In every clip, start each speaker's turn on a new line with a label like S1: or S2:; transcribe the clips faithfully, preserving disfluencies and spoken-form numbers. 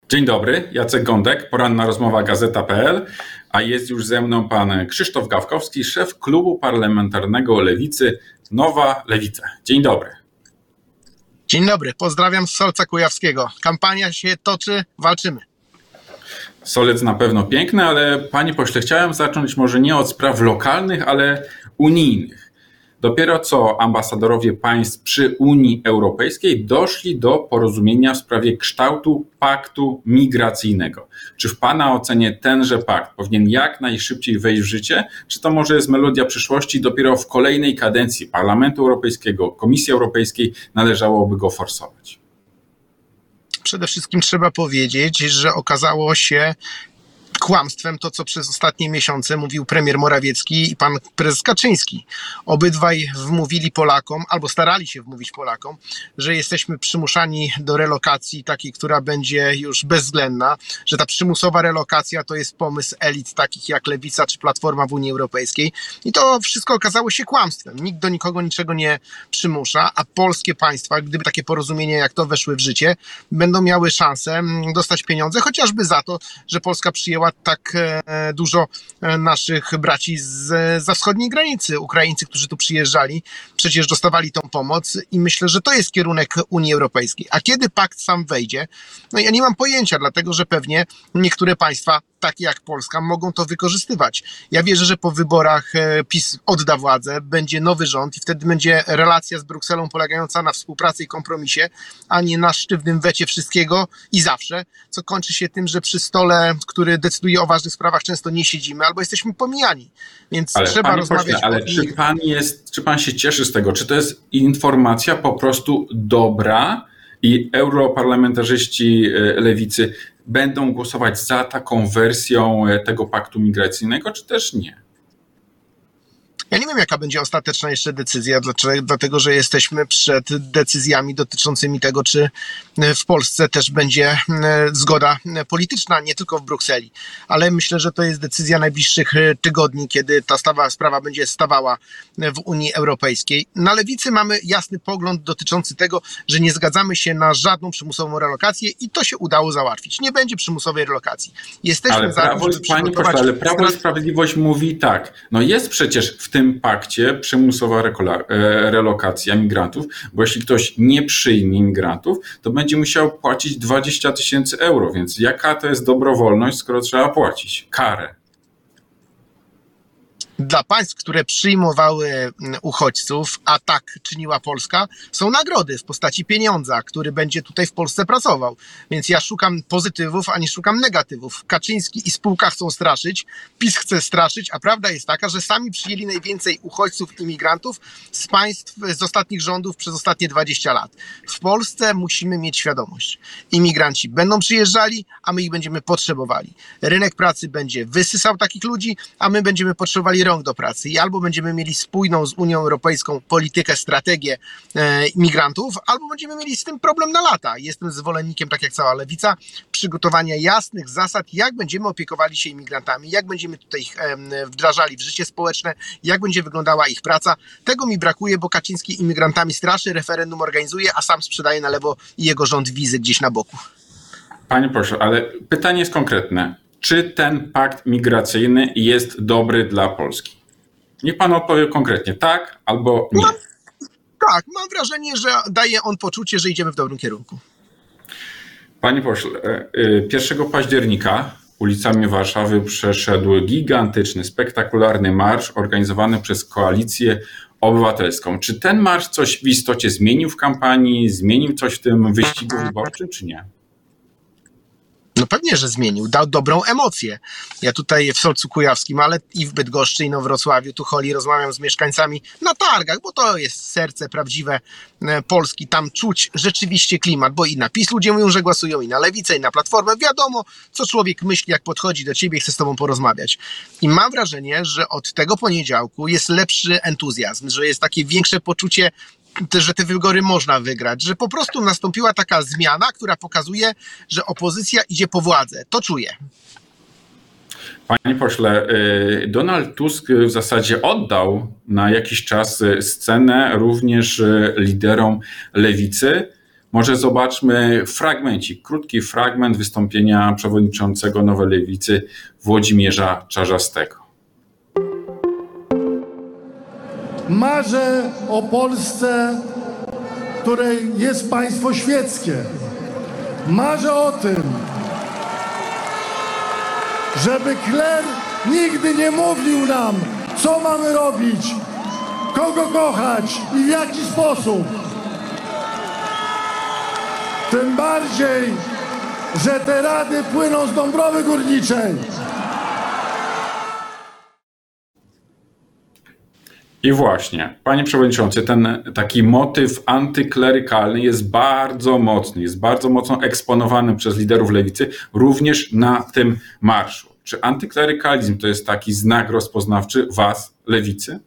S1: Dzień dobry, Jacek Gądek, poranna rozmowa Gazeta kropka pe el, a jest już ze mną pan Krzysztof Gawkowski, szef klubu parlamentarnego Lewicy Nowa Lewica. Dzień dobry.
S2: Dzień dobry, pozdrawiam z Solca Kujawskiego. Kampania się toczy, walczymy.
S1: Solec na pewno piękny, ale panie pośle, chciałem zacząć może nie od spraw lokalnych, ale unijnych. Dopiero co ambasadorowie państw przy Unii Europejskiej doszli do porozumienia w sprawie kształtu paktu migracyjnego. Czy w pana ocenie tenże pakt powinien jak najszybciej wejść w życie, czy to może jest melodia przyszłości, dopiero w kolejnej kadencji Parlamentu Europejskiego, Komisji Europejskiej należałoby go forsować?
S2: Przede wszystkim trzeba powiedzieć, że okazało się kłamstwem to, co przez ostatnie miesiące mówił premier Morawiecki i pan prezes Kaczyński. Obydwaj wmówili Polakom, albo starali się wmówić Polakom, że jesteśmy przymuszani do relokacji takiej, która będzie już bezwzględna, że ta przymusowa relokacja to jest pomysł elit takich jak Lewica czy Platforma w Unii Europejskiej. I to wszystko okazało się kłamstwem. Nikt do nikogo niczego nie przymusza, a polskie państwa, gdyby takie porozumienia jak to weszły w życie, będą miały szansę dostać pieniądze, chociażby za to, że Polska przyjęła tak dużo naszych braci z, za wschodniej granicy. Ukraińcy, którzy tu przyjeżdżali, przecież dostawali tą pomoc i myślę, że to jest kierunek Unii Europejskiej. A kiedy pakt sam wejdzie? No ja nie mam pojęcia, dlatego że pewnie niektóre państwa, takie jak Polska, mogą to wykorzystywać. Ja wierzę, że po wyborach PiS odda władzę, będzie nowy rząd i wtedy będzie relacja z Brukselą polegająca na współpracy i kompromisie, a nie na sztywnym wecie wszystkiego i zawsze, co kończy się tym, że przy stole, który decyduje o ważnych sprawach, często nie siedzimy albo jesteśmy pomijani. Więc
S1: ale
S2: trzeba rozmawiać
S1: pośle, ale
S2: o
S1: czy pan jest, czy pan się cieszy z tego? Czy to jest informacja po prostu dobra i europarlamentarzyści Lewicy będą głosować za taką wersją tego paktu migracyjnego, czy też nie?
S2: Ja nie wiem, jaka będzie ostateczna jeszcze decyzja, dlatego że jesteśmy przed decyzjami dotyczącymi tego, czy w Polsce też będzie zgoda polityczna, nie tylko w Brukseli. Ale myślę, że to jest decyzja najbliższych tygodni, kiedy ta stawa, sprawa będzie stawała w Unii Europejskiej. Na Lewicy mamy jasny pogląd dotyczący tego, że nie zgadzamy się na żadną przymusową relokację i to się udało załatwić. Nie będzie przymusowej relokacji. Jesteśmy
S1: ale
S2: za
S1: prawo,
S2: tym, żeby
S1: pani pośle, ale Prawo i Sprawiedliwość mówi tak, no jest przecież w tym pakcie przymusowa relokacja migrantów, bo jeśli ktoś nie przyjmie migrantów, to będzie musiał płacić dwadzieścia tysięcy euro, więc jaka to jest dobrowolność, skoro trzeba płacić karę?
S2: Dla państw, które przyjmowały uchodźców, a tak czyniła Polska, są nagrody w postaci pieniądza, który będzie tutaj w Polsce pracował. Więc ja szukam pozytywów, a nie szukam negatywów. Kaczyński i spółka chcą straszyć, PiS chce straszyć, a prawda jest taka, że sami przyjęli najwięcej uchodźców i imigrantów z państw, z ostatnich rządów przez ostatnie dwadzieścia lat. W Polsce musimy mieć świadomość. Imigranci będą przyjeżdżali, a my ich będziemy potrzebowali. Rynek pracy będzie wysysał takich ludzi, a my będziemy potrzebowali rąk do pracy i albo będziemy mieli spójną z Unią Europejską politykę, strategię e, imigrantów, albo będziemy mieli z tym problem na lata. Jestem zwolennikiem, tak jak cała Lewica, przygotowania jasnych zasad, jak będziemy opiekowali się imigrantami, jak będziemy tutaj ich e, wdrażali w życie społeczne, jak będzie wyglądała ich praca. Tego mi brakuje, bo Kaczyński imigrantami straszy, referendum organizuje, a sam sprzedaje na lewo i jego rząd wizy gdzieś na boku.
S1: Panie proszę, ale pytanie jest konkretne. Czy ten pakt migracyjny jest dobry dla Polski? Niech pan odpowie konkretnie, tak albo nie.
S2: Mam, tak, mam wrażenie, że daje on poczucie, że idziemy w dobrym kierunku.
S1: Panie pośle, pierwszego października ulicami Warszawy przeszedł gigantyczny, spektakularny marsz organizowany przez Koalicję Obywatelską. Czy ten marsz coś w istocie zmienił w kampanii, zmienił coś w tym wyścigu wyborczym, czy nie?
S2: No pewnie, że zmienił. Dał dobrą emocję. Ja tutaj w Solcu Kujawskim, ale i w Bydgoszczy, i na Wrocławiu, Tucholi rozmawiam z mieszkańcami na targach, bo to jest serce prawdziwe Polski. Tam czuć rzeczywiście klimat, bo i na PiS ludzie mówią, że głosują, i na Lewicę, i na Platformę. Wiadomo, co człowiek myśli, jak podchodzi do ciebie i chce z tobą porozmawiać. I mam wrażenie, że od tego poniedziałku jest lepszy entuzjazm, że jest takie większe poczucie, że te wybory można wygrać, że po prostu nastąpiła taka zmiana, która pokazuje, że opozycja idzie po władzę. To czuję.
S1: Panie pośle, Donald Tusk w zasadzie oddał na jakiś czas scenę również liderom lewicy, Może zobaczmy fragmencik, krótki fragment wystąpienia przewodniczącego Nowej Lewicy Włodzimierza Czarzastego.
S3: Marzę o Polsce, w której jest państwo świeckie. Marzę o tym, żeby kler nigdy nie mówił nam, co mamy robić, kogo kochać i w jaki sposób. Tym bardziej, że te rady płyną z Dąbrowy Górniczej.
S1: I właśnie, panie przewodniczący, ten taki motyw antyklerykalny jest bardzo mocny, jest bardzo mocno eksponowany przez liderów lewicy, również na tym marszu. Czy antyklerykalizm to jest taki znak rozpoznawczy was, lewicy?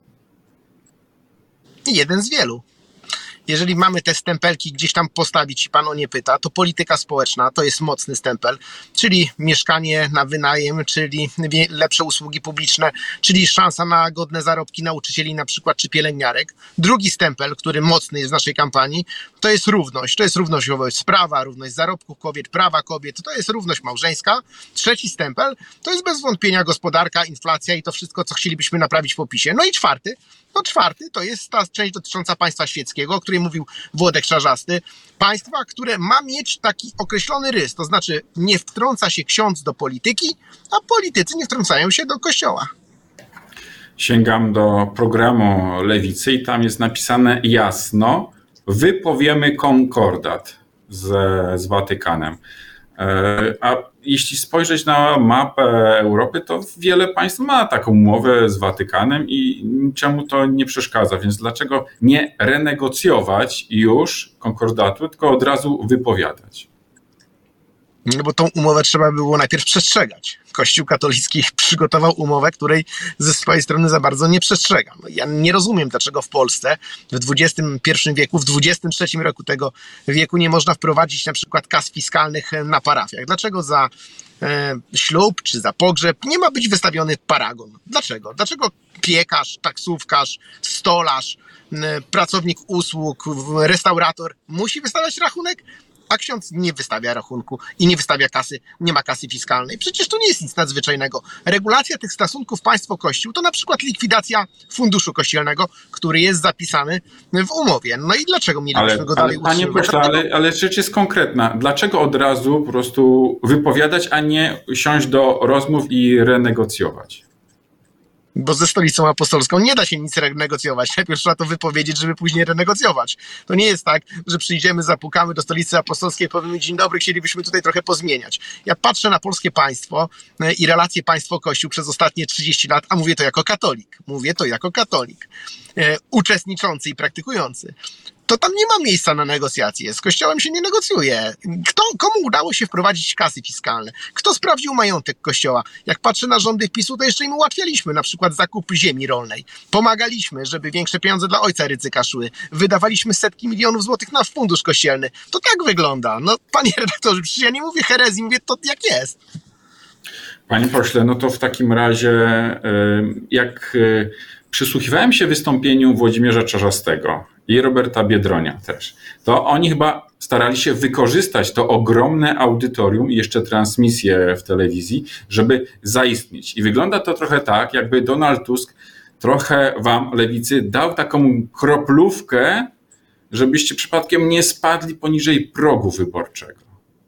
S2: Jeden z wielu. Jeżeli mamy te stempelki gdzieś tam postawić i pan o nie pyta, to polityka społeczna to jest mocny stempel, czyli mieszkanie na wynajem, czyli lepsze usługi publiczne, czyli szansa na godne zarobki nauczycieli na przykład, czy pielęgniarek. Drugi stempel, który mocny jest w naszej kampanii, to jest równość. To jest równość wobec prawa, równość zarobków kobiet, prawa kobiet, to jest równość małżeńska. Trzeci stempel to jest bez wątpienia gospodarka, inflacja i to wszystko, co chcielibyśmy naprawić w opisie. No i czwarty, no czwarty to jest ta część dotycząca państwa świeckiego, o której mówił Włodek Czarzasty. Państwa, które ma mieć taki określony rys, to znaczy nie wtrąca się ksiądz do polityki, a politycy nie wtrącają się do kościoła.
S1: Sięgam do programu Lewicy i tam jest napisane jasno, wypowiemy konkordat z, z Watykanem. A jeśli spojrzeć na mapę Europy, to wiele państw ma taką umowę z Watykanem i niczemu to nie przeszkadza, więc dlaczego nie renegocjować już konkordatu, tylko od razu wypowiadać?
S2: No bo tą umowę trzeba było najpierw przestrzegać. Kościół katolicki przygotował umowę, której ze swojej strony za bardzo nie przestrzega. No ja nie rozumiem, dlaczego w Polsce w dwudziestym pierwszym wieku, w dwudziestym trzecim roku tego wieku nie można wprowadzić na przykład kas fiskalnych na parafiach. Dlaczego za e, ślub czy za pogrzeb nie ma być wystawiony paragon? Dlaczego? Dlaczego piekarz, taksówkarz, stolarz, e, pracownik usług, restaurator musi wystawiać rachunek? A ksiądz nie wystawia rachunku i nie wystawia kasy, nie ma kasy fiskalnej. Przecież to nie jest nic nadzwyczajnego. Regulacja tych stosunków państwo-kościół to na przykład likwidacja funduszu kościelnego, który jest zapisany w umowie. No i dlaczego mielibyśmy
S1: ale,
S2: go dalej
S1: ale, panie
S2: utrzymywać?
S1: pośle, ale, ale rzecz jest konkretna. Dlaczego od razu po prostu wypowiadać, a nie siąść do rozmów i renegocjować?
S2: Bo ze Stolicą Apostolską nie da się nic renegocjować. Najpierw trzeba to wypowiedzieć, żeby później renegocjować. To nie jest tak, że przyjdziemy, zapukamy do Stolicy Apostolskiej i powiemy: dzień dobry, chcielibyśmy tutaj trochę pozmieniać. Ja patrzę na polskie państwo i relacje państwo-kościół przez ostatnie trzydzieści lat, a mówię to jako katolik. Mówię to jako katolik. E, uczestniczący i praktykujący. To tam nie ma miejsca na negocjacje. Z Kościołem się nie negocjuje. Kto, komu udało się wprowadzić kasy fiskalne? Kto sprawdził majątek Kościoła? Jak patrzę na rządy PiSu, to jeszcze im ułatwialiśmy na przykład zakup ziemi rolnej. Pomagaliśmy, żeby większe pieniądze dla ojca Rydzyka szły. Wydawaliśmy setki milionów złotych na fundusz kościelny. To tak wygląda. No, panie redaktorze, przecież ja nie mówię herezji, mówię to jak jest.
S1: Panie pośle, no to w takim razie jak przysłuchiwałem się wystąpieniu Włodzimierza Czarzastego i Roberta Biedronia też, to oni chyba starali się wykorzystać to ogromne audytorium i jeszcze transmisję w telewizji, żeby zaistnieć. I wygląda to trochę tak, jakby Donald Tusk trochę wam, lewicy, dał taką kroplówkę, żebyście przypadkiem nie spadli poniżej progu wyborczego.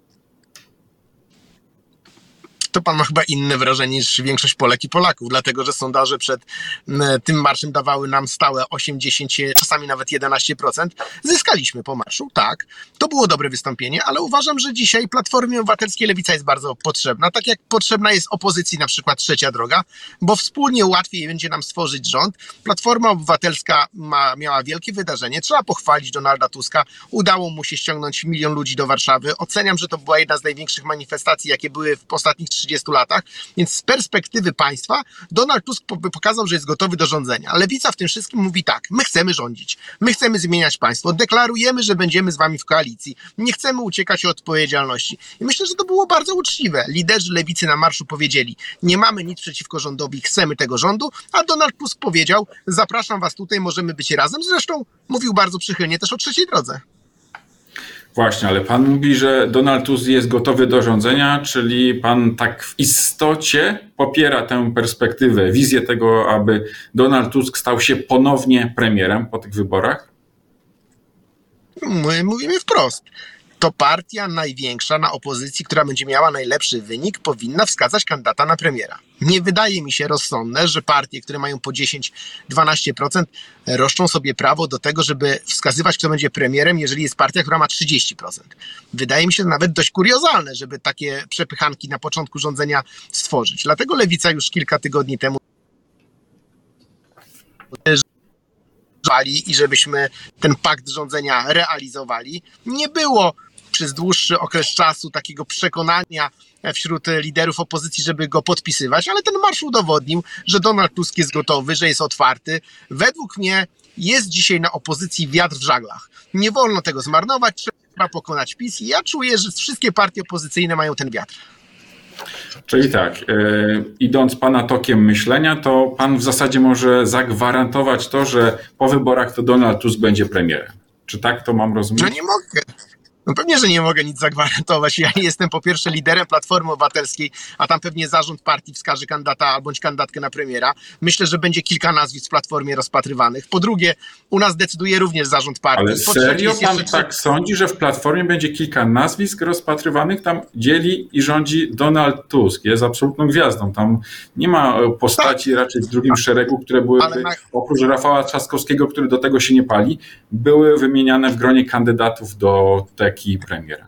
S2: To pan ma chyba inne wrażenie niż większość Polek i Polaków, dlatego że sondaże przed tym marszem dawały nam stałe osiem, dziesięć, czasami nawet jedenaście procent. Zyskaliśmy po marszu, tak. To było dobre wystąpienie, ale uważam, że dzisiaj Platformie Obywatelskiej Lewica jest bardzo potrzebna, tak jak potrzebna jest opozycji na przykład Trzecia Droga, bo wspólnie łatwiej będzie nam stworzyć rząd. Platforma Obywatelska ma, miała wielkie wydarzenie, trzeba pochwalić Donalda Tuska, udało mu się ściągnąć milion ludzi do Warszawy. Oceniam, że to była jedna z największych manifestacji, jakie były w ostatnich trzydziestu latach, więc z perspektywy państwa Donald Tusk pokazał, że jest gotowy do rządzenia. Lewica w tym wszystkim mówi tak: my chcemy rządzić, my chcemy zmieniać państwo, deklarujemy, że będziemy z wami w koalicji, nie chcemy uciekać od odpowiedzialności. I myślę, że to było bardzo uczciwe. Liderzy Lewicy na marszu powiedzieli: nie mamy nic przeciwko rządowi, chcemy tego rządu, a Donald Tusk powiedział: zapraszam was tutaj, możemy być razem. Zresztą mówił bardzo przychylnie też o Trzeciej Drodze.
S1: Właśnie, ale pan mówi, że Donald Tusk jest gotowy do rządzenia, czyli pan tak w istocie popiera tę perspektywę, wizję tego, aby Donald Tusk stał się ponownie premierem po tych wyborach?
S2: My mówimy wprost. To partia największa na opozycji, która będzie miała najlepszy wynik, powinna wskazać kandydata na premiera. Nie wydaje mi się rozsądne, że partie, które mają po dziesięć do dwunastu procent, roszczą sobie prawo do tego, żeby wskazywać, kto będzie premierem, jeżeli jest partia, która ma trzydzieści procent. Wydaje mi się to nawet dość kuriozalne, żeby takie przepychanki na początku rządzenia stworzyć. Dlatego Lewica już kilka tygodni temu i żebyśmy ten pakt rządzenia realizowali. Nie było przez dłuższy okres czasu takiego przekonania wśród liderów opozycji, żeby go podpisywać, ale ten marsz udowodnił, że Donald Tusk jest gotowy, że jest otwarty. Według mnie jest dzisiaj na opozycji wiatr w żaglach. Nie wolno tego zmarnować, trzeba pokonać PiS i ja czuję, że wszystkie partie opozycyjne mają ten wiatr.
S1: Czyli tak, yy, idąc pana tokiem myślenia, to pan w zasadzie może zagwarantować to, że po wyborach to Donald Tusk będzie premierem. Czy tak to mam rozumieć?
S2: No nie mogę. No pewnie, że nie mogę nic zagwarantować. Ja nie jestem po pierwsze liderem Platformy Obywatelskiej, a tam pewnie zarząd partii wskaże kandydata bądź kandydatkę na premiera. Myślę, że będzie kilka nazwisk w Platformie rozpatrywanych. Po drugie, u nas decyduje również zarząd partii.
S1: Ale
S2: po
S1: serio
S2: jest
S1: pan
S2: jeszcze...
S1: tak sądzi, że w Platformie będzie kilka nazwisk rozpatrywanych? Tam dzieli i rządzi Donald Tusk. Jest absolutną gwiazdą. Tam nie ma postaci tak. raczej w drugim szeregu, które byłyby, na... oprócz Rafała Trzaskowskiego, który do tego się nie pali, były wymieniane w gronie kandydatów do tego premiera.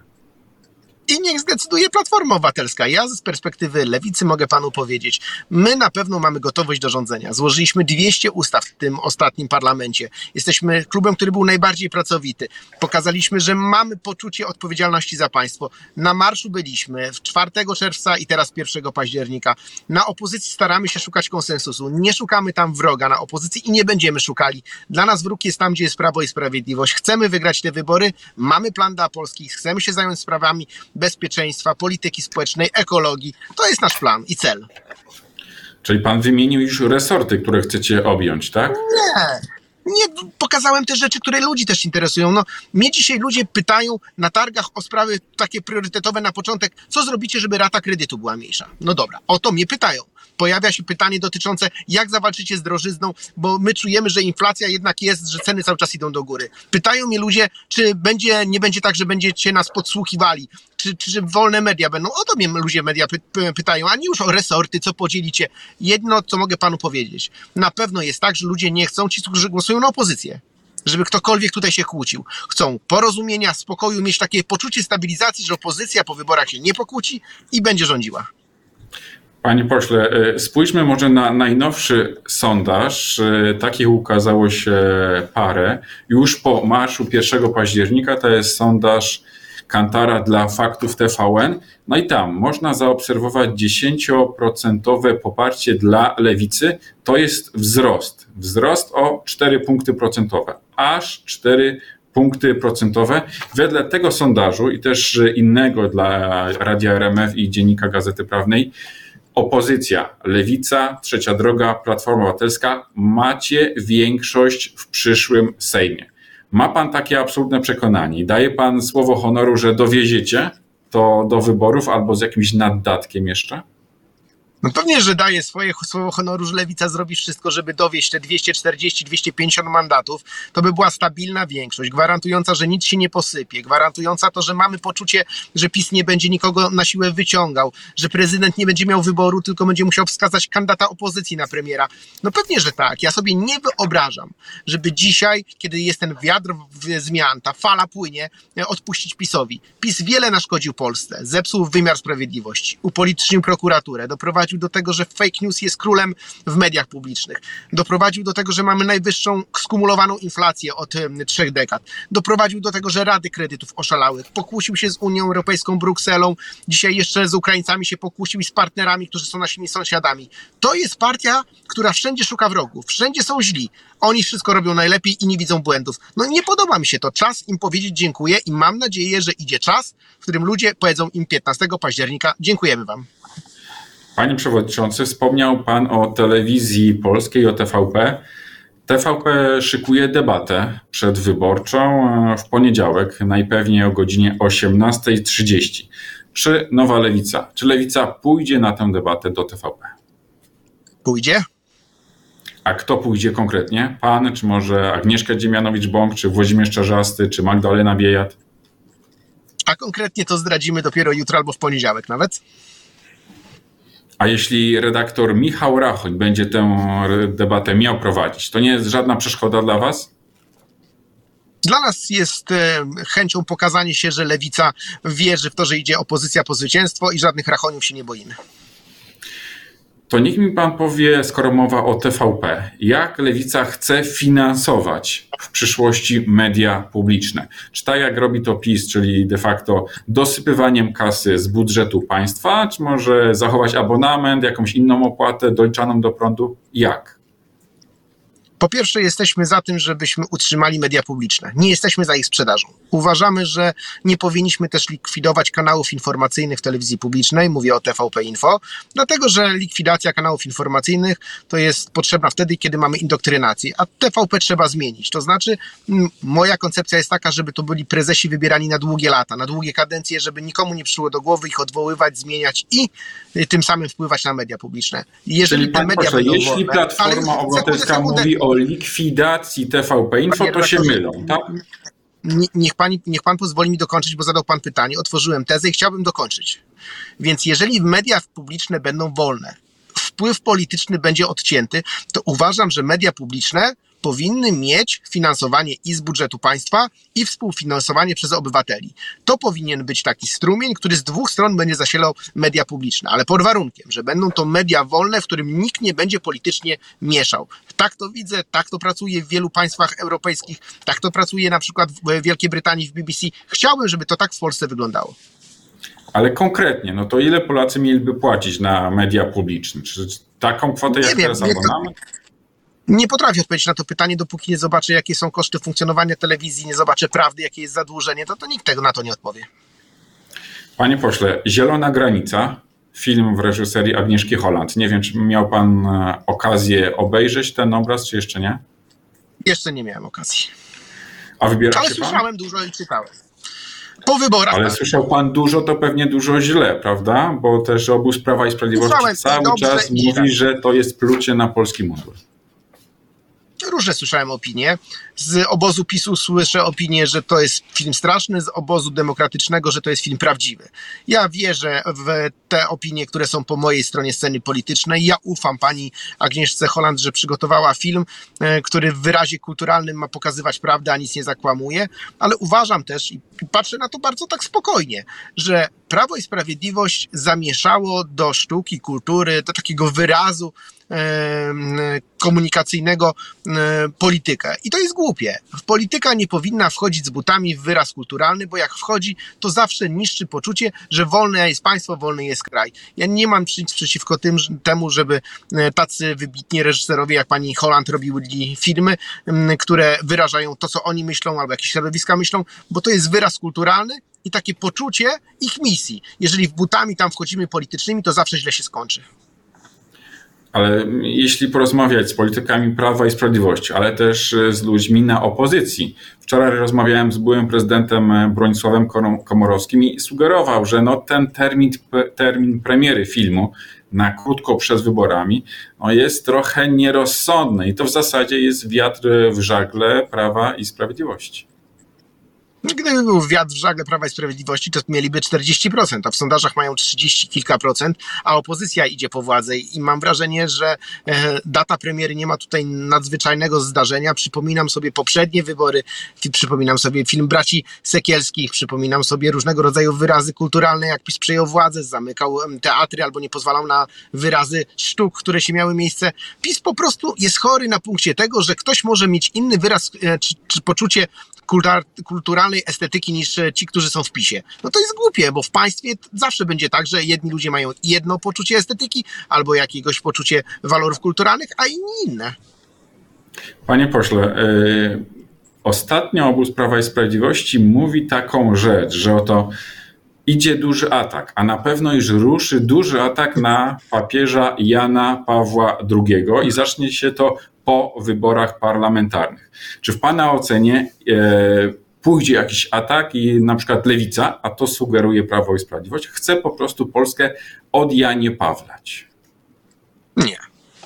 S2: I niech zdecyduje Platforma Obywatelska. Ja z perspektywy Lewicy mogę panu powiedzieć, my na pewno mamy gotowość do rządzenia. Złożyliśmy dwieście ustaw w tym ostatnim parlamencie. Jesteśmy klubem, który był najbardziej pracowity. Pokazaliśmy, że mamy poczucie odpowiedzialności za państwo. Na marszu byliśmy czwartego czerwca i teraz pierwszego października. Na opozycji staramy się szukać konsensusu. Nie szukamy tam wroga na opozycji i nie będziemy szukali. Dla nas wróg jest tam, gdzie jest Prawo i Sprawiedliwość. Chcemy wygrać te wybory, mamy plan dla Polski, chcemy się zająć sprawami bezpieczeństwa, polityki społecznej, ekologii. To jest nasz plan i cel.
S1: Czyli pan wymienił już resorty, które chcecie objąć, tak?
S2: Nie. Nie, pokazałem te rzeczy, które ludzi też interesują. No, mnie dzisiaj ludzie pytają na targach o sprawy takie priorytetowe na początek, co zrobicie, żeby rata kredytu była mniejsza? No dobra, o to mnie pytają. Pojawia się pytanie dotyczące, jak zawalczycie z drożyzną, bo my czujemy, że inflacja jednak jest, że ceny cały czas idą do góry. Pytają mnie ludzie, czy będzie, nie będzie tak, że będziecie nas podsłuchiwali, czy, czy, czy wolne media będą. O to mnie ludzie media py, py, pytają, a nie już o resorty, co podzielicie. Jedno, co mogę panu powiedzieć. Na pewno jest tak, że ludzie nie chcą, ci, którzy głosują na opozycję, żeby ktokolwiek tutaj się kłócił. Chcą porozumienia, spokoju, mieć takie poczucie stabilizacji, że opozycja po wyborach się nie pokłóci i będzie rządziła.
S1: Panie pośle, spójrzmy może na najnowszy sondaż. Takich ukazało się parę. Już po marszu pierwszego października to jest sondaż Kantara dla Faktów T V N. No i tam można zaobserwować dziesięcioprocentowe poparcie dla Lewicy. To jest wzrost. Wzrost o cztery punkty procentowe. Aż cztery punkty procentowe. Wedle tego sondażu i też innego dla Radia R M F i Dziennika Gazety Prawnej, opozycja, Lewica, Trzecia Droga, Platforma Obywatelska, macie większość w przyszłym Sejmie. Ma pan takie absolutne przekonanie? Daje pan słowo honoru, że dowieziecie to do wyborów albo z jakimś naddatkiem jeszcze?
S2: No pewnie, że daje swoje słowo honoru, że Lewica zrobi wszystko, żeby dowieść te dwieście czterdzieści do dwustu pięćdziesięciu mandatów. To by była stabilna większość, gwarantująca, że nic się nie posypie, gwarantująca to, że mamy poczucie, że PiS nie będzie nikogo na siłę wyciągał, że prezydent nie będzie miał wyboru, tylko będzie musiał wskazać kandydata opozycji na premiera. No pewnie, że tak. Ja sobie nie wyobrażam, żeby dzisiaj, kiedy jest ten wiatr zmian, ta fala płynie, odpuścić PiS-owi. PiS wiele naszkodził Polsce, zepsuł wymiar sprawiedliwości, upolitycznił prokuraturę, doprowadził do tego, że fake news jest królem w mediach publicznych. Doprowadził do tego, że mamy najwyższą skumulowaną inflację od trzech dekad. Doprowadził do tego, że rady kredytów oszalały. Pokłócił się z Unią Europejską, Brukselą. Dzisiaj jeszcze z Ukraińcami się pokłócił i z partnerami, którzy są naszymi sąsiadami. To jest partia, która wszędzie szuka wrogów. Wszędzie są źli. Oni wszystko robią najlepiej i nie widzą błędów. No nie podoba mi się to. Czas im powiedzieć dziękuję i mam nadzieję, że idzie czas, w którym ludzie powiedzą im piętnastego października dziękujemy wam.
S1: Panie Przewodniczący, wspomniał Pan o telewizji polskiej, o T V P. T V P szykuje debatę przedwyborczą w poniedziałek, najpewniej o godzinie osiemnasta trzydzieści. Czy Nowa Lewica, czy Lewica pójdzie na tę debatę do T V P?
S2: Pójdzie?
S1: A kto pójdzie konkretnie? Pan, czy może Agnieszka Dziemianowicz-Bąk, czy Włodzimierz Czarzasty, czy Magdalena Biejat?
S2: A konkretnie to zdradzimy dopiero jutro albo w poniedziałek nawet.
S1: A jeśli redaktor Michał Rachoń będzie tę debatę miał prowadzić, to nie jest żadna przeszkoda dla was?
S2: Dla nas jest e, chęcią pokazanie się, że Lewica wierzy w to, że idzie opozycja po zwycięstwo i żadnych rachoniów się nie boimy.
S1: To niech mi pan powie, skoro mowa o T V P, jak Lewica chce finansować w przyszłości media publiczne? Czy tak jak robi to PiS, czyli de facto dosypywaniem kasy z budżetu państwa, czy może zachować abonament, jakąś inną opłatę doliczaną do prądu? Jak?
S2: Po pierwsze, jesteśmy za tym, żebyśmy utrzymali media publiczne. Nie jesteśmy za ich sprzedażą. Uważamy, że nie powinniśmy też likwidować kanałów informacyjnych w telewizji publicznej, mówię o T V P Info, dlatego że likwidacja kanałów informacyjnych to jest potrzebna wtedy, kiedy mamy indoktrynację, a T V P trzeba zmienić. To znaczy, m, moja koncepcja jest taka, żeby to byli prezesi wybierani na długie lata, na długie kadencje, żeby nikomu nie przyszło do głowy ich odwoływać, zmieniać i y, tym samym wpływać na media publiczne. Jeżeli
S1: Czyli
S2: te
S1: pan
S2: media
S1: pośle,
S2: będą
S1: jeśli
S2: wolne,
S1: Platforma
S2: ale-
S1: Obywatelska
S2: sekundę, sekundę.
S1: mówi o likwidacji T V P Info,
S2: Panie
S1: to się
S2: redaktorze,
S1: mylą, tak?
S2: Nie- Niech pan, niech pan pozwoli mi dokończyć, bo zadał pan pytanie, otworzyłem tezę i chciałbym dokończyć. Więc jeżeli media publiczne będą wolne, wpływ polityczny będzie odcięty, to uważam, że media publiczne powinny mieć finansowanie i z budżetu państwa, i współfinansowanie przez obywateli. To powinien być taki strumień, który z dwóch stron będzie zasilał media publiczne, ale pod warunkiem, że będą to media wolne, w którym nikt nie będzie politycznie mieszał. Tak to widzę, tak to pracuje w wielu państwach europejskich, tak to pracuje na przykład w Wielkiej Brytanii w B B C. Chciałbym, żeby to tak w Polsce wyglądało.
S1: Ale konkretnie, no to ile Polacy mieliby płacić na media publiczne? Czy taką kwotę
S2: Nie
S1: jak
S2: wiem,
S1: teraz
S2: nie to-
S1: abonament?
S2: Nie potrafię odpowiedzieć na to pytanie, dopóki nie zobaczę, jakie są koszty funkcjonowania telewizji, nie zobaczę prawdy, jakie jest zadłużenie, to, to nikt tego na to nie odpowie.
S1: Panie pośle, Zielona Granica, film w reżyserii Agnieszki Holland. Nie wiem, czy miał pan e, okazję obejrzeć ten obraz, czy jeszcze nie?
S2: Jeszcze nie miałem okazji.
S1: A wybiera
S2: Ale
S1: się pan?
S2: słyszałem dużo i czytałem. Po wyborach.
S1: Ale
S2: tak.
S1: słyszał pan dużo, to pewnie dużo źle, prawda? Bo też obóz Prawa i Sprawiedliwości
S2: Słyszałem i
S1: cały
S2: dobrze,
S1: czas
S2: i źle.
S1: mówi, że to jest plucie na polski mundur.
S2: Różne słyszałem opinie. Z obozu PiSu słyszę opinię, że to jest film straszny, z obozu demokratycznego, że to jest film prawdziwy. Ja wierzę w te opinie, które są po mojej stronie sceny politycznej. Ja ufam pani Agnieszce Holland, że przygotowała film, e, który w wyrazie kulturalnym ma pokazywać prawdę, a nic nie zakłamuje, ale uważam też i patrzę na to bardzo tak spokojnie, że Prawo i Sprawiedliwość zamieszało do sztuki, kultury, do takiego wyrazu e, komunikacyjnego e, politykę. I to jest głupie. Polityka nie powinna wchodzić z butami w wyraz kulturalny, bo jak wchodzi, to zawsze niszczy poczucie, że wolne jest państwo, wolny jest kraj. Ja nie mam nic przeciwko tym, że- temu, żeby e, tacy wybitni reżyserowie jak pani Holland robili filmy, m, które wyrażają to, co oni myślą, albo jakieś środowiska myślą, bo to jest wyraz kulturalny i takie poczucie ich misji. Jeżeli w butami tam wchodzimy politycznymi, to zawsze źle się skończy.
S1: Ale jeśli porozmawiać z politykami Prawa i Sprawiedliwości, ale też z ludźmi na opozycji. Wczoraj rozmawiałem z byłym prezydentem Bronisławem Komorowskim i sugerował, że no ten termin, termin premiery filmu na krótko przed wyborami no jest trochę nierozsądny i to w zasadzie jest wiatr w żagle Prawa i Sprawiedliwości.
S2: Gdyby był wiatr w żagle Prawa i Sprawiedliwości, to mieliby czterdzieści procent, a w sondażach mają trzydzieści kilka procent, a opozycja idzie po władzę i mam wrażenie, że e, data premiery nie ma tutaj nadzwyczajnego zdarzenia. Przypominam sobie poprzednie wybory, fi- przypominam sobie film braci Sekielskich, przypominam sobie różnego rodzaju wyrazy kulturalne, jak PiS przejął władzę, zamykał em, teatry albo nie pozwalał na wyrazy sztuk, które się miały miejsce. PiS po prostu jest chory na punkcie tego, że ktoś może mieć inny wyraz e, czy, czy poczucie kultur- kulturalnej estetyki niż e, ci, którzy są w PiSie. No to jest głupie, bo w państwie t- zawsze będzie tak, że jedni ludzie mają jedno poczucie estetyki albo jakiegoś poczucie walorów kulturalnych, a inni inne.
S1: Panie pośle, yy, ostatnio obóz Prawa i Sprawiedliwości mówi taką rzecz, że oto idzie duży atak, a na pewno już ruszy duży atak na papieża Jana Pawła drugiego i zacznie się to po wyborach parlamentarnych. Czy w Pana ocenie e, pójdzie jakiś atak i na przykład Lewica, a to sugeruje Prawo i Sprawiedliwość, chce po prostu Polskę odjaniepawlać?
S2: Nie.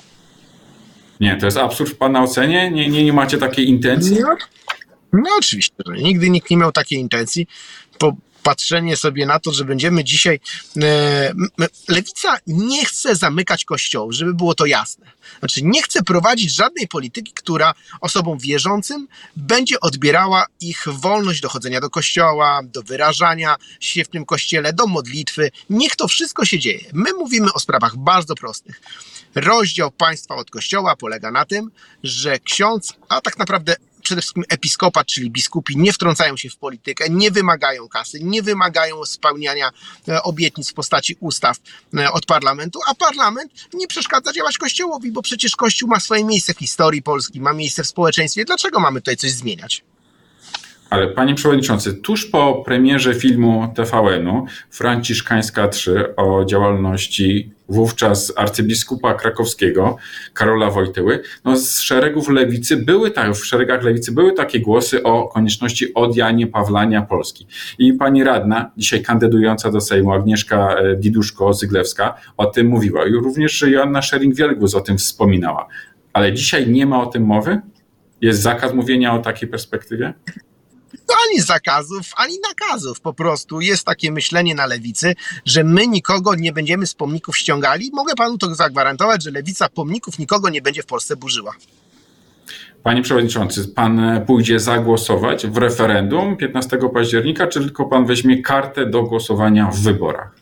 S1: Nie, to jest absurd w Pana ocenie? Nie, nie, nie macie takiej intencji?
S2: No, no oczywiście, że nigdy nikt nie miał takiej intencji. Po patrzenie sobie na to, że będziemy dzisiaj... E, Lewica nie chce zamykać kościołów, żeby było to jasne. Znaczy nie chce prowadzić żadnej polityki, która osobom wierzącym będzie odbierała ich wolność do chodzenia do kościoła, do wyrażania się w tym kościele, do modlitwy. Niech to wszystko się dzieje. My mówimy o sprawach bardzo prostych. Rozdział państwa od kościoła polega na tym, że ksiądz, a tak naprawdę przede wszystkim episkopat, czyli biskupi, nie wtrącają się w politykę, nie wymagają kasy, nie wymagają spełniania obietnic w postaci ustaw od parlamentu, a parlament nie przeszkadza działać kościołowi, bo przecież kościół ma swoje miejsce w historii Polski, ma miejsce w społeczeństwie. Dlaczego mamy tutaj coś zmieniać?
S1: Ale panie przewodniczący, tuż po premierze filmu T V N-u Franciszkańska trzy o działalności wówczas arcybiskupa krakowskiego Karola Wojtyły, no z szeregów lewicy były tak, w szeregach lewicy były takie głosy o konieczności odjaniepawlania Polski. I pani radna, dzisiaj kandydująca do Sejmu Agnieszka Diduszko-Zyglewska o tym mówiła. I również Joanna Scheuring-Wielgus o tym wspominała. Ale dzisiaj nie ma o tym mowy? Jest zakaz mówienia o takiej perspektywie?
S2: Ani zakazów, ani nakazów. Po prostu jest takie myślenie na lewicy, że my nikogo nie będziemy z pomników ściągali. Mogę panu to zagwarantować, że lewica pomników nikogo nie będzie w Polsce burzyła.
S1: Panie przewodniczący, pan pójdzie zagłosować w referendum piętnastego października, czy tylko pan weźmie kartę do głosowania w wyborach?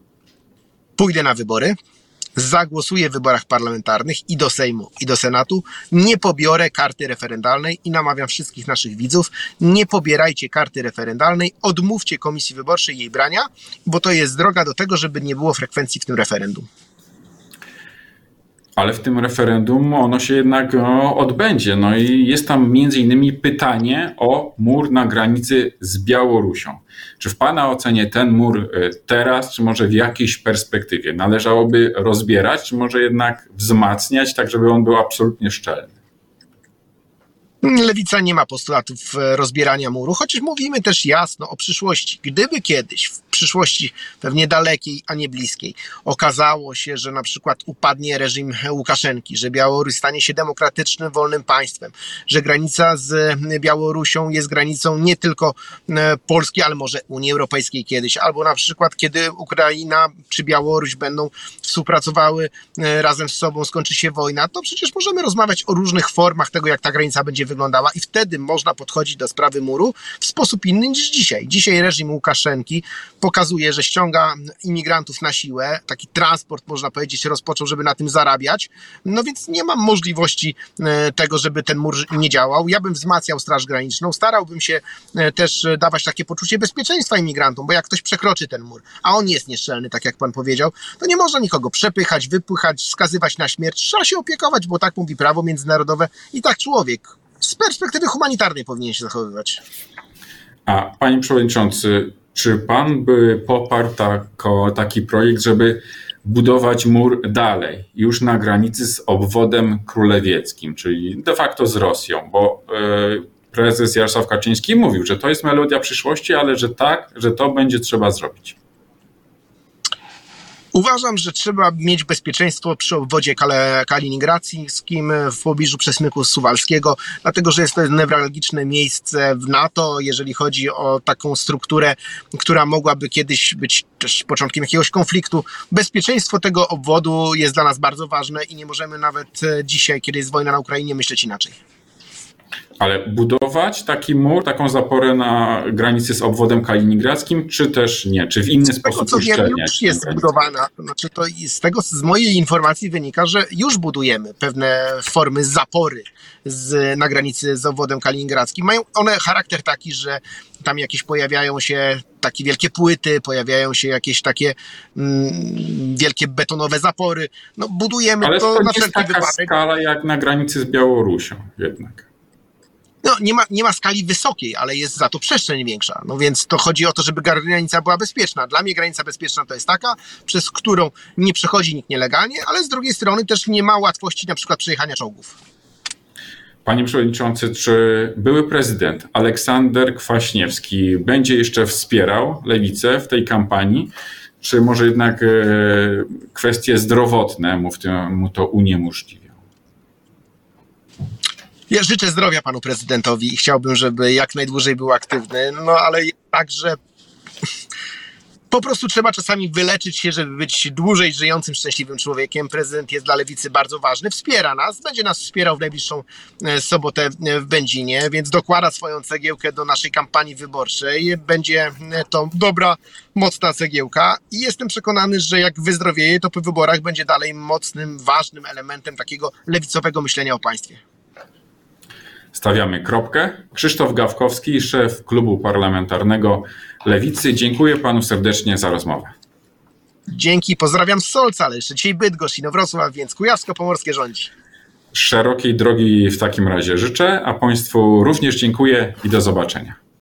S2: Pójdę na wybory. Zagłosuję w wyborach parlamentarnych i do Sejmu, i do Senatu. Nie pobiorę karty referendalnej i namawiam wszystkich naszych widzów, nie pobierajcie karty referendalnej, odmówcie Komisji Wyborczej jej brania, bo to jest droga do tego, żeby nie było frekwencji w tym referendum.
S1: Ale w tym referendum ono się jednak no, odbędzie. No i jest tam między innymi pytanie o mur na granicy z Białorusią. Czy w pana ocenie ten mur teraz, czy może w jakiejś perspektywie należałoby rozbierać, czy może jednak wzmacniać, tak żeby on był absolutnie szczelny?
S2: Lewica nie ma postulatów rozbierania muru, chociaż mówimy też jasno o przyszłości. Gdyby kiedyś, w przyszłości pewnie dalekiej, a nie bliskiej, okazało się, że na przykład upadnie reżim Łukaszenki, że Białoruś stanie się demokratycznym, wolnym państwem, że granica z Białorusią jest granicą nie tylko Polski, ale może Unii Europejskiej kiedyś, albo na przykład kiedy Ukraina czy Białoruś będą współpracowały razem z sobą, skończy się wojna, to przecież możemy rozmawiać o różnych formach tego, jak ta granica będzie wyglądała i wtedy można podchodzić do sprawy muru w sposób inny niż dzisiaj. Dzisiaj reżim Łukaszenki pokazuje, że ściąga imigrantów na siłę, taki transport można powiedzieć rozpoczął, żeby na tym zarabiać, no więc nie mam możliwości tego, żeby ten mur nie działał. Ja bym wzmacniał Straż Graniczną, starałbym się też dawać takie poczucie bezpieczeństwa imigrantom, bo jak ktoś przekroczy ten mur, a on jest nieszczelny, tak jak pan powiedział, to nie można nikogo przepychać, wypychać, skazywać na śmierć, trzeba się opiekować, bo tak mówi prawo międzynarodowe i tak człowiek z perspektywy humanitarnej powinien się zachowywać.
S1: A panie przewodniczący, czy pan by poparł tako, taki projekt, żeby budować mur dalej, już na granicy z obwodem królewieckim, czyli de facto z Rosją, bo yy, prezes Jarosław Kaczyński mówił, że to jest melodia przyszłości, ale że tak, że to będzie trzeba zrobić.
S2: Uważam, że trzeba mieć bezpieczeństwo przy obwodzie kaliningradzkim w pobliżu przesmyku suwalskiego, dlatego że jest to newralgiczne miejsce w NATO, jeżeli chodzi o taką strukturę, która mogłaby kiedyś być też początkiem jakiegoś konfliktu. Bezpieczeństwo tego obwodu jest dla nas bardzo ważne i nie możemy nawet dzisiaj, kiedy jest wojna na Ukrainie, myśleć inaczej.
S1: Ale budować taki mur, taką zaporę na granicy z obwodem kaliningradzkim, czy też nie? Czy w inny
S2: z
S1: sposób
S2: tego, co wiem,
S1: uszczelniać?
S2: już jest budowana. Znaczy to z tego, z mojej informacji wynika, że już budujemy pewne formy zapory z, na granicy z obwodem kaliningradzkim. Mają one charakter taki, że tam jakieś pojawiają się takie wielkie płyty, pojawiają się jakieś takie mm, wielkie betonowe zapory. No budujemy
S1: Ale
S2: to
S1: to
S2: na
S1: nie jest
S2: wszelki
S1: taka
S2: wypadek.
S1: skala jak na granicy z Białorusią jednak.
S2: No, nie ma, nie ma skali wysokiej, ale jest za to przestrzeń większa. No więc to chodzi o to, żeby granica była bezpieczna. Dla mnie granica bezpieczna to jest taka, przez którą nie przechodzi nikt nielegalnie, ale z drugiej strony też nie ma łatwości na przykład przejechania czołgów.
S1: Panie Przewodniczący, czy były prezydent Aleksander Kwaśniewski będzie jeszcze wspierał Lewicę w tej kampanii, czy może jednak kwestie zdrowotne mu, w tym, mu to uniemożliwią?
S2: Ja życzę zdrowia panu prezydentowi i chciałbym, żeby jak najdłużej był aktywny, no ale także po prostu trzeba czasami wyleczyć się, żeby być dłużej żyjącym, szczęśliwym człowiekiem. Prezydent jest dla Lewicy bardzo ważny, wspiera nas, będzie nas wspierał w najbliższą sobotę w Będzinie, więc dokłada swoją cegiełkę do naszej kampanii wyborczej. Będzie to dobra, mocna cegiełka i jestem przekonany, że jak wyzdrowieje, to po wyborach będzie dalej mocnym, ważnym elementem takiego lewicowego myślenia o państwie.
S1: Stawiamy kropkę. Krzysztof Gawkowski, szef klubu parlamentarnego Lewicy. Dziękuję panu serdecznie za rozmowę.
S2: Dzięki, pozdrawiam z Solca, ale jeszcze dzisiaj Bydgoszcz, Inowrocław, więc Kujawsko-Pomorskie rządzi.
S1: Szerokiej drogi w takim razie życzę, a państwu również dziękuję i do zobaczenia.